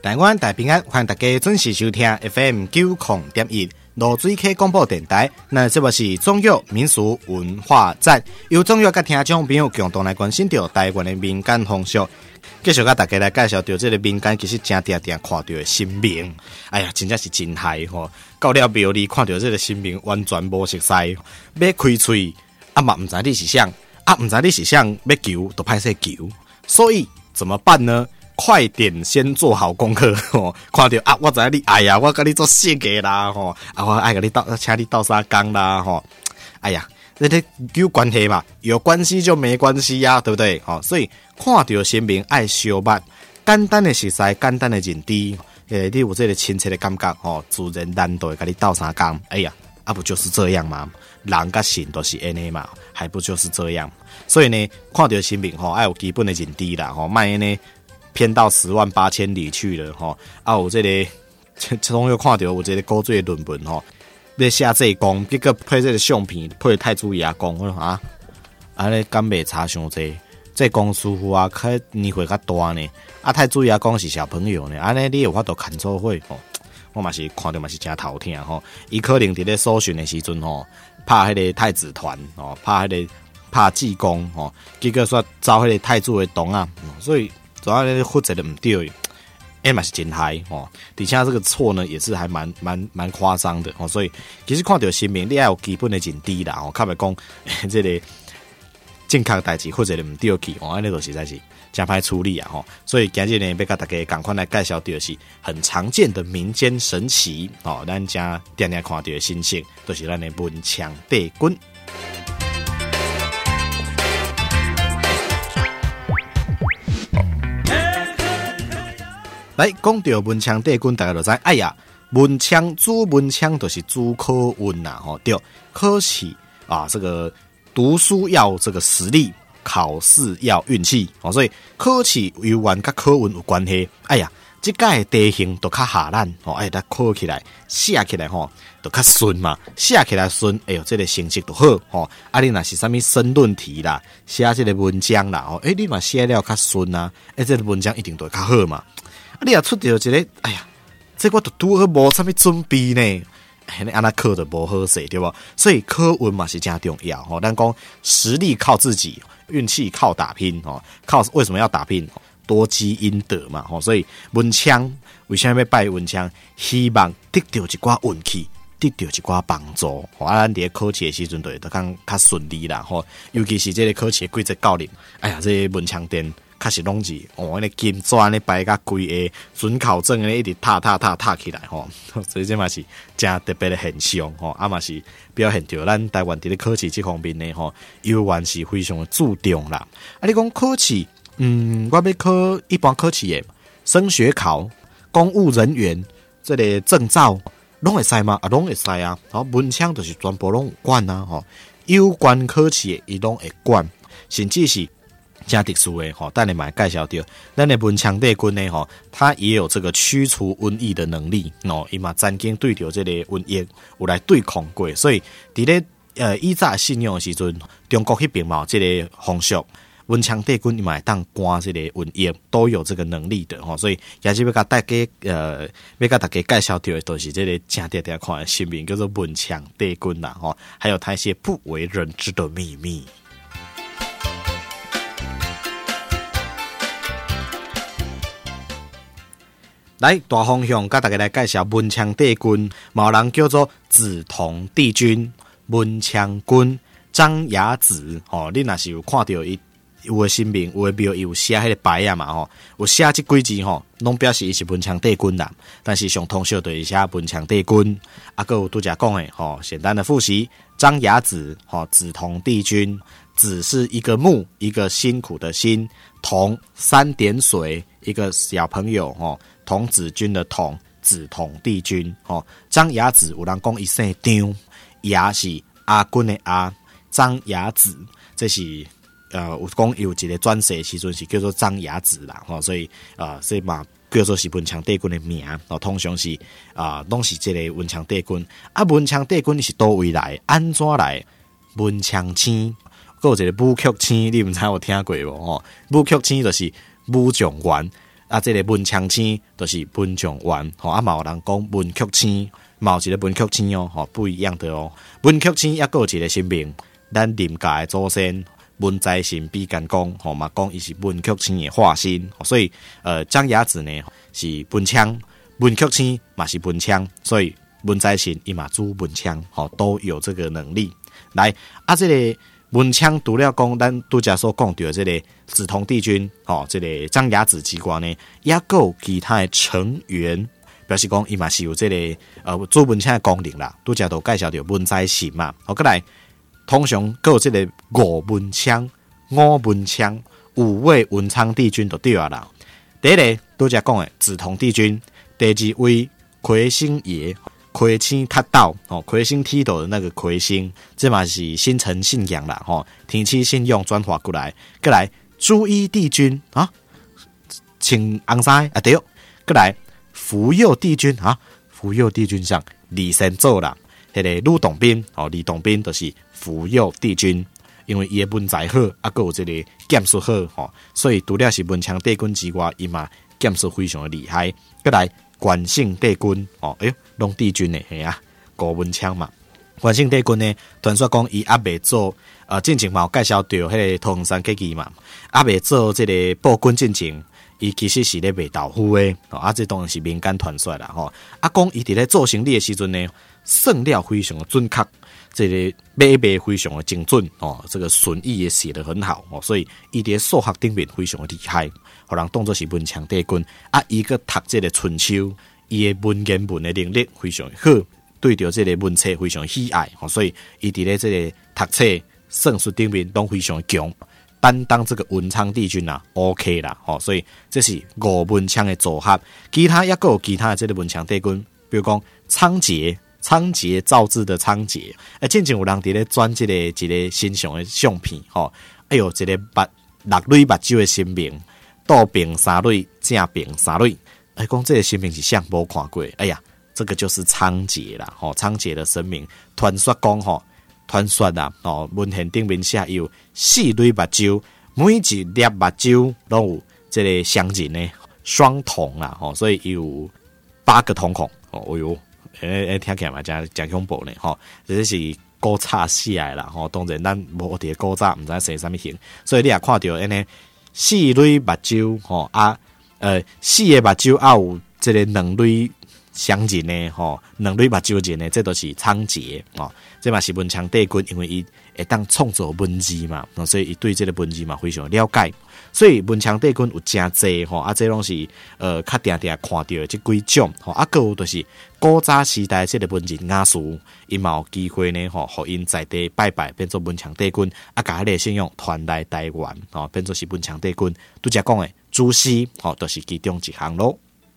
台湾大平安，欢迎大家准时收听 FM 90.1罗水溪广播电台。那这个是中药民俗文化站，由中药甲听众朋友共同来关心到台湾的民间风俗。继续甲大家来介绍到这个民间其实真定定看到的神明，哎呀，真正是真害吼！到了庙里看到这个神明，完全无熟悉，要开嘴啊嘛，唔知你是谁啊，唔知你是谁，要求都歹势求，所以怎么办呢？快点先做好功课吼！看到啊，我知你，哎呀，我跟你做设计啦吼，啊，我爱跟你请你斗相共啦吼，哎呀。这有关系嘛？有关系就没关系呀、对不对？所以看到神明爱烧肉，简单的食材，简单的认知，你有这个亲切的感觉，自然难度会跟你斗相共。哎呀，啊不就是这样吗？人甲神都是安尼嘛，还不就是这样？所以呢，看到神明爱有基本的认知啦，卖呢偏到10万8千里去了啊，有这个总有看到有这个古锥论文要写这功，结果配这个相片，配太子爷公，我说啊，安尼敢袂差伤济？这公师傅啊，开年岁较大呢，啊太子爷公是小朋友呢，安尼你有法度看错会我嘛是看到嘛是真头疼伊可能伫咧搜寻的时阵拍迄个太子团拍迄个拍济公结果说走迄个太子的洞啊，所以主要咧负责的唔对。嘛是真害底下这个错呢也是还蛮夸张的所以其实看到神明，你要有基本的认知啦较袂讲这个正确代志或者唔对去安尼就实在是真歹处理啊所以今日呢要甲大家赶快来介绍到是很常见的民间神奇咱正定定看到的信息都是咱的文昌帝君。来讲到文昌帝君，大家就知，哎呀，文昌主文昌就是主考运呐，对，考试啊，这个读书要这个实力，考试要运气所以考试有关跟考运有关系。哎呀，这届地形都较下烂哎，咱考起来、写起来都较顺嘛，写起来顺，哎呦，这个成绩都好啊，你若是啥物申论题啦，写这个文章啦你嘛写了较顺啊，这个文章一定都会较好嘛。你也出到一个，哎呀，这我都拄好无啥物准备呢，你安那考就无好势，对不？所以考运嘛是真重要咱讲实力靠自己，运气靠打拼靠为什么要打拼？多积阴德嘛所以文昌为什么要拜文昌？希望得到一寡运气，得到一寡帮助咱伫考试的时阵就会较顺利啦尤其是这个考试的规则教练，哎呀，这个文昌殿。确实拢是那金砖咧摆甲规个准考证咧一直踏起来所以这嘛是真特别的现象嘛是表现着咱台湾伫咧考试这方面呢犹原是非常的注重啦。你讲考试，我要考一般考试的升学考、公务人员这个证照，拢会使吗？拢会使啊。文昌就是全部拢有管啊有关考试的伊拢会管，甚至是。真特殊的等下嘛介绍到咱的文昌帝君呢他也有这个驱除瘟疫的能力伊嘛曾经对着这个瘟疫有来对抗过，所以伫咧以早信仰的时阵，中国迄边嘛这个风俗，文昌帝君嘛会当赶这个瘟疫，都有这个能力的所以也是要甲大家要甲大家介绍到的都是这个正定定看的神明叫做文昌帝君啦还有他一些不为人知的秘密。来大方向，甲大家来介绍文昌帝君，有人叫做紫铜帝君、文昌君、张牙子你若是有看到伊有的神明，有的庙有写迄个牌啊嘛有写这几字拢表示伊是文昌帝君啦。但是上通宵就是写文昌帝君，还有拄则讲的简单的复习，张牙子紫铜帝君，子是一个木，一个辛苦的辛，铜3点水，一个小朋友童子军的童，紫铜帝君张牙子有人讲伊姓张，牙是阿君的阿，张牙子这是有讲有一个转世时阵是叫做张牙子啦所以所以嘛叫做是文昌帝君的名通常是拢是这个文昌帝君文昌帝君是倒位来，安怎来？文昌星，还有一个武曲星，你唔知有听过无武曲星就是武状元啊，这个文昌星就是文状元，吼啊，嘛有人讲文曲星，嘛有一个文曲星哦，吼不一样的哦。文曲星也有一个神明，咱林家的祖先文财神比干公，吼嘛讲伊是文曲星的化身，所以张牙子呢是文昌，文曲星嘛是文昌，所以文财神伊嘛主文昌，吼都有这个能力。来啊，这个文昌除了讲咱拄则所讲到的这个紫铜帝君，吼，这个张牙子机关呢，也有其他的成员，表示讲伊嘛是有这个做文昌的功能啦。拄则都介绍到文财神嘛，好，再来通常还有这个五文昌、五位文昌帝君就对啊啦。第一个拄则讲的紫铜帝君，第二位魁星爷。魁星踢斗哦，魁星踢斗的那个魁星，这嘛是新城信仰啦吼，天气信用转化过来，过来朱一帝君啊，穿红衫啊对，过来福佑帝君啊，福佑帝君上李先祖啦，迄个吕洞宾哦，李洞宾就是福佑帝君，因为伊的文采好，啊，还有这个剑术好吼，所以除了是文昌帝君之外，伊嘛剑术非常的厉害，过来。关圣帝君哦，哎呦，拢帝君呢，系啊，古文昌嘛。关圣帝君呢，传说讲伊还未做，进前嘛有介绍到迄个桃园山计嘛，还未做这个报君进前，伊其实是咧卖豆腐的，啊，这当然是民间传说啦，吼。啊，讲伊伫咧做生理的时阵呢，算料非常的准确，这个买卖非常的精准哦，这个损益也写得很好哦，所以伊伫数学顶面非常的厉害。互人当作是文昌帝君啊，伊个读这个春秋，伊的文言文的能力非常好，对着这个文册非常喜爱，所以伊伫咧这个读册算术顶面都非常强，担当这个文昌帝君啊 ，OK 啦，所以这是五文昌的组合，其他也有其他的这个文昌帝君，比如讲仓颉。仓颉造字的仓颉，之前有人伫咧转这个一个欣赏的相片，吼，哎呦，一个六蕊目睭的神明，倒并三蕊，正并三蕊，讲这个神明是像无看过，哎呀，这个就是仓颉啦，吼，仓颉的神明，传说讲吼，传说啦，哦，文献顶面写有四蕊目睭，每一粒目睭都有这个相近的双瞳啦，吼，所以有8个瞳孔，哦哟。听起来嘛，真恐怖呢，吼！这是古早死来啦，吼！当然咱无伫古早，毋知生啥物形，所以你也看到安尼四蕊目睭，吼四个目睭啊有这个两蕊相近呢，吼，两蕊目睭近呢，这都是仓颉哦。这嘛是文昌帝君，因为伊会当创作文字嘛，所以伊对这个文字嘛非常了解。所以文昌帝君有真济吼，啊，这拢是较定定看到的这几种吼，啊，还有就是古早时代这个文人雅士，伊嘛有机会呢吼，互因在地拜拜变做文昌帝君，啊，甲迄个信用传来台湾吼，变做是文昌帝君。拄则讲的朱熹吼，都是其中一项咯。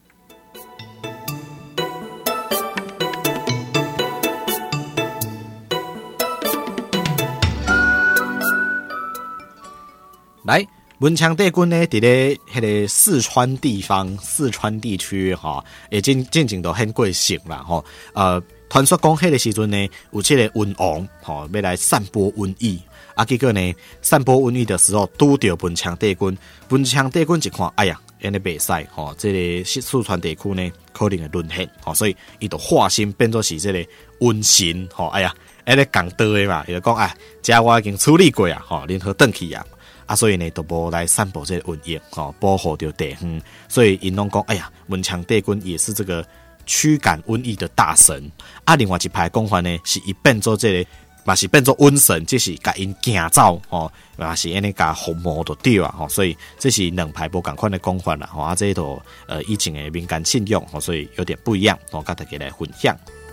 来。文昌帝君呢，伫咧迄个四川地方、四川地区哈，已经渐渐都很贵盛啦吼。传说讲迄个时阵呢，有这个瘟王吼，要来散播瘟疫啊。结果呢，散播瘟疫的时候，拄到文昌帝君。文昌帝君一看，哎呀，安尼袂使吼，这个四川地区呢，可能会沦陷吼，所以伊就化身变做是这个瘟神吼。哎呀，安尼讲道的嘛，伊就讲哎，这我已经处理过啊，吼，任何转去啊。啊，所以呢，都无来散播这个瘟疫，保护着地方。所以因拢讲，哎呀，文昌帝君也是这个驱赶瘟疫的大神。啊，另外一派讲法呢，是伊变做这个，嘛是变做瘟神，这是甲因惊走，嘛是安尼甲伏魔就对啊，所以这是两派无共款的讲法啦，啊，这都以前的民间信仰，所以有点不一样，甲大家来分享。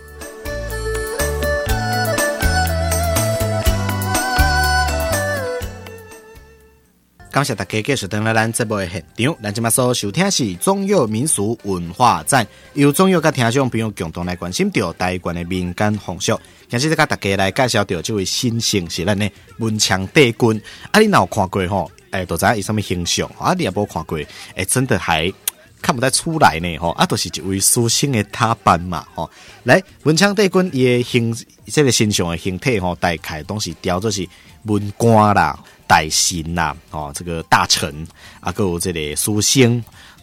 感谢大家继续登来咱节目的现场，咱今麦所收听是中药民俗文化站，由中药甲听众朋友共同来关心到台湾的民间风俗。今日甲大家来介绍到这位新星是咱的文昌帝君。啊，你若有看过吼，都知影伊什么形象？啊，你也无看过，真的还看不太出来呢，吼，啊，都是一位书生的打扮嘛，吼。来，文昌帝君伊的这个形象的形体吼，大概都是雕做是文官啦。大臣啦，这个大臣啊，还有这个书生，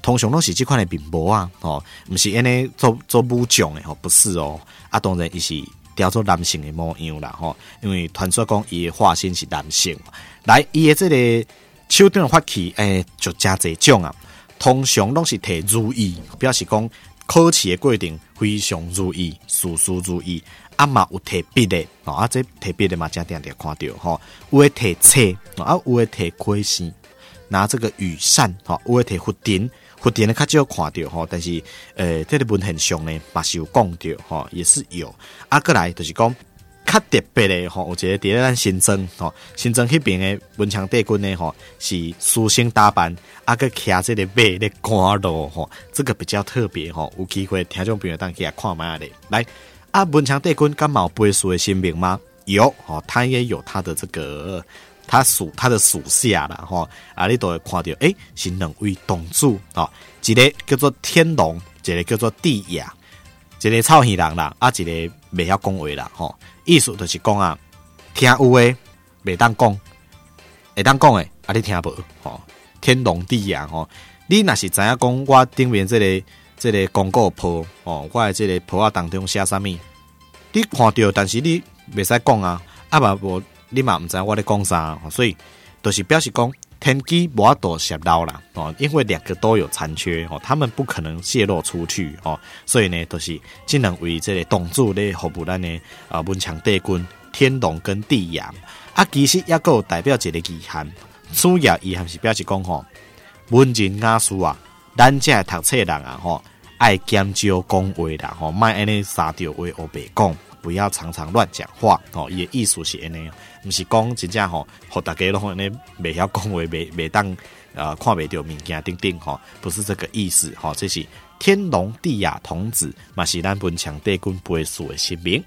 通常都是这款的面膜啊，不是安尼做武将的不是哦。啊，当然伊是雕做男性的模样啦，因为传说讲伊的化身是男性。来，伊的这个手顶法器，就真侪种啊。通常拢是摕如意，表示讲考试的过程非常如意，事事如意。啊嘛有摕笔的，啊这摕笔的嘛真定定看到有的摕册，啊有的摕开线，拿这个羽扇，有的摕福鼎的较少看到但是这个文献上呢嘛是有讲到也是有。啊过来就是讲较特别的有一个伫咧咱新庄新庄迄边的文昌帝君呢是书生打扮，啊个骑这个马咧赶路这个比较特别有机会听众朋友当起来看卖咧。来啊，文昌帝君敢有背书的姓名吗？有他也有他的这个他的属下啦啊，你都会看到是两位董主一个叫做天龙，一个叫做地雅，一个臭耳人啦，啊一个袂晓讲话啦意思就是讲啊，听有诶袂当讲，会当讲诶啊你听无天龙地雅你若是知影讲我顶面这个广告铺我的这个铺啊当中写啥物，你看到但是你袂使讲啊嘛无你嘛毋知我咧讲啥，所以就是表示讲天机无法度泄露啦因为两个都有残缺他们不可能泄露出去所以呢，就是只能为这个董主咧服务咱的文昌帝君天龙跟地雅啊，其实也有代表一个意涵，主要意涵是表示讲文人雅士啊，咱这读册人啊爱减少讲话啦莫安尼三条话黑白讲，不要常常乱讲话伊的意思是安尼，不是讲真正互大家拢安尼袂晓讲话，袂当看袂到物件等等不是这个意思这是天龙地雅童子，嘛是咱文昌帝君背书的姓名。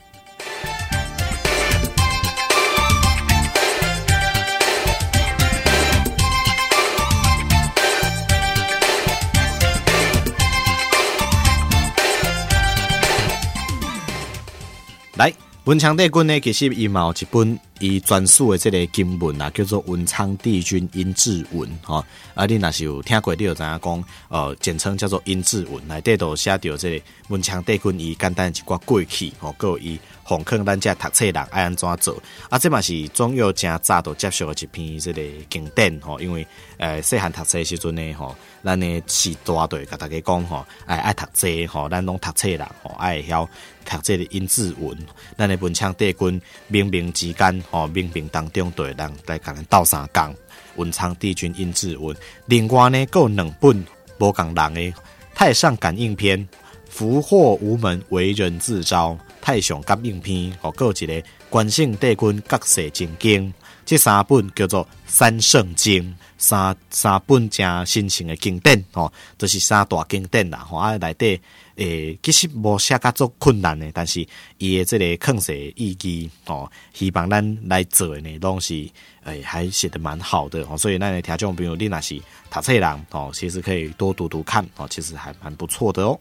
来，文昌帝君呢，其实伊嘛有一本伊专属的这个经文啦，叫做《文昌帝君阴志文》啊，你若是有听过，你就知影讲，简称叫做阴志文，内底都写到这个文昌帝君伊简单一寡过去还有伊奉劝咱这读册人爱安怎做啊，这嘛是中药真早都接受的一篇这个经典因为细汉读册的时阵呢咱的时大队甲大家讲爱读册咱拢读册人爱晓读这个阴志文，咱的文昌帝君冥冥之间冥冥当中对人来甲咱斗相共，文昌帝君阴志文。另外呢，还有两本无共人的太上感应篇、福祸无门为人自招、太上感应篇还有一个观世帝君各世真经，这三本叫做三圣经，三本真神圣的经典就是三大经典啦内底其实无写甲足困难的，但是伊的这个坑世意义希望咱来做的呢拢是还写得蛮好的所以咱的听众朋友，你若是读册人其实可以多读读看其实还蛮不错的哦。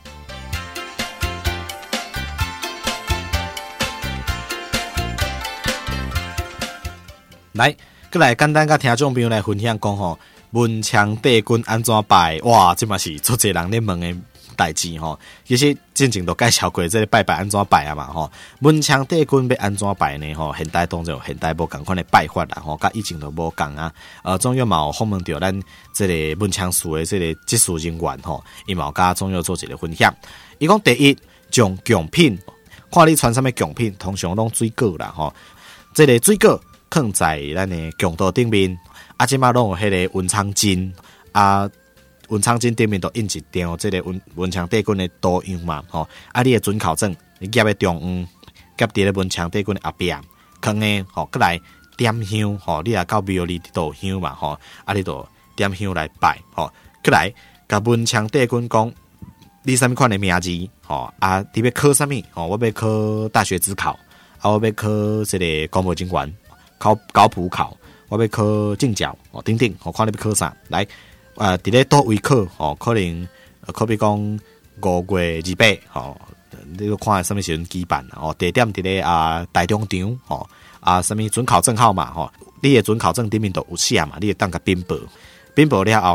来，再来简单甲听众朋友来分享讲文昌帝君安怎拜，哇，这嘛是足侪人咧问的代志其实之前都介绍过这个拜拜安怎拜啊嘛文昌帝君要安怎拜呢现代当然现代无同款的拜法啦甲以前都无同啊中药嘛有访问到咱这个文昌寺的这个技术人员伊嘛有甲中药做一个分享，伊讲第一将贡品，看你穿什么贡品，通常拢水果啦这个水果放在咱的供桌顶面即马拢有迄个文昌金文昌金顶面都印一张这个文昌帝君的图样嘛你的准考证你夹在中央，夹伫咧文昌帝君的后边放的过来点香你也到庙里倒香嘛你就点香来拜过来甲文昌帝君讲你什么款的名字你要考什么我要考大学指考我要考这个公务人员考高普考，我要考证照等等看你要考啥来伫咧倒位考可能可比讲5月28你要看什么时阵举办地点伫咧大中场什么准考证号码你的准考证顶面都有写嘛，你会当甲禀报了后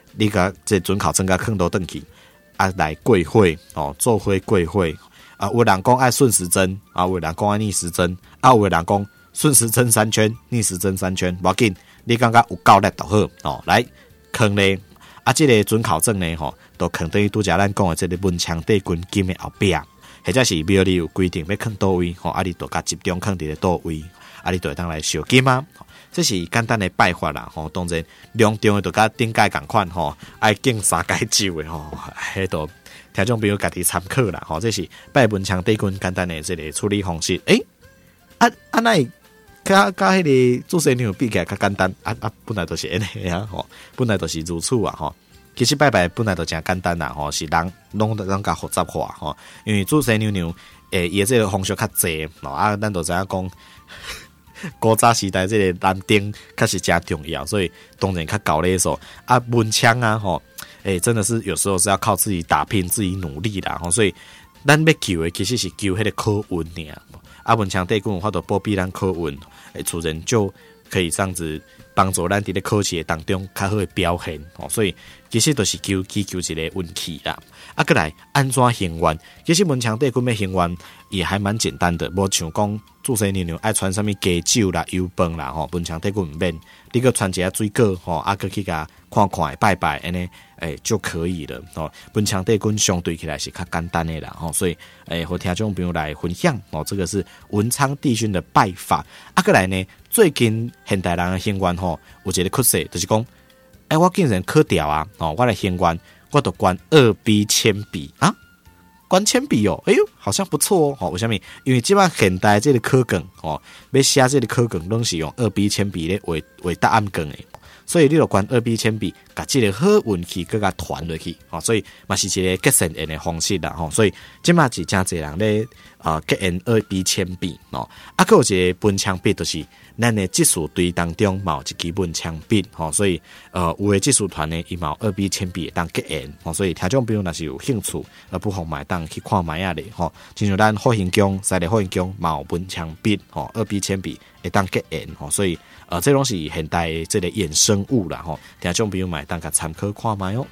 你甲这准考证甲放倒转去啊，来过火哦，做伙过火啊。有人讲爱顺时针啊，有人讲爱逆时针啊，有人讲顺时针3圈，逆时针3圈，无要紧，你感觉有够力就好哦。来放咧啊，这个准考证呢吼，都放等于拄则咱讲的这个文昌帝君金的后壁，或者是庙里有规定要放倒位吼，啊，你就甲集中放伫咧倒位，啊，你就会当来烧金啊。这是简单的拜法啦，吼，当然隆重的就甲顶届共款吼，爱敬3届酒的吼，迄度听众朋友家己参考啦，吼，这是拜文昌帝君简单的这个处理方式。那甲迄个主神娘比起来较简单，本来都是安尼啊，吼，本来都是如此啊，吼。其实拜拜本来都真简单啦，吼，是人拢较复杂化吼，因为主神娘伊这个方式较济，啊，咱都知影讲。古早时代，这个男丁开始加重要，所以当然较搞勒手啊，文枪啊，吼，真的是有时候是要靠自己打拼、自己努力啦，吼，所以咱要求的其实是求迄个考运尔，啊，文枪帝君有法度保庇咱考运，自然就可以这样子帮助咱伫咧考试当中较好的表现，哦，所以其实都是祈求一个运气啦。啊，过来安怎行愿？其实文昌帝君要行愿也还蛮简单的，无像讲祝生娘娘爱传什么鸡酒啦、油饭啦，吼，文昌帝君唔免，你个传一下水果，吼，啊，去甲看看拜拜，安尼就可以了，吼。文昌帝君相对起来是较简单的啦，吼，所以和听众朋友来分享，哦，这个是文昌帝君的拜法。啊，过来呢，最近现代人的行愿吼，有一个趋势，就是讲，我竟然考掉啊，哦，我来行愿。我都关2B 铅笔啊，关铅笔哦，哎呦，好像不错哦。为什么？因为基本上现代这个考卷哦，要写这个考卷拢是用2B 铅笔咧为答案卷的，所以你就关2B 铅笔，把这个好运气给它传落去哦，所以嘛是一个结善缘的方式啦吼。所以即马是真侪人咧结缘2B 铅笔哦，啊，还有一个文昌笔就是咱的技术队当中嘛有一支文昌笔吼，所以有的技术团呢伊嘛有2B 铅笔当结缘吼，所以听众朋友若是有兴趣，不妨买当去看卖啊咧吼。亲像咱复兴宫、西丽复兴宫嘛有文昌笔吼，2B 铅笔会当结缘吼，所以这拢是现代的这个衍生物啦吼，听众朋友买当个参考看卖哦。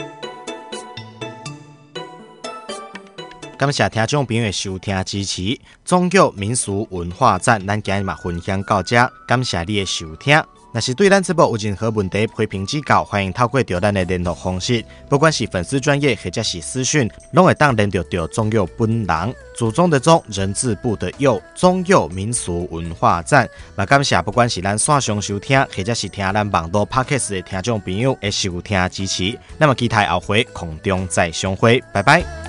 感谢听众朋友的收听支持，中药民俗文化站，咱今日嘛分享到这，感谢你的收听。若是对咱节目有任何问题，批评指教，欢迎透过到咱的联络方式，不管是粉丝专页或者是私讯，拢会当联络到中药本人。祖宗的宗，人字部的佑，中药民俗文化站。嘛感谢不管是咱线上收听，或者是听咱网络 Podcast 的听众朋友的收听支持。那么期待后回空中再相会，拜拜。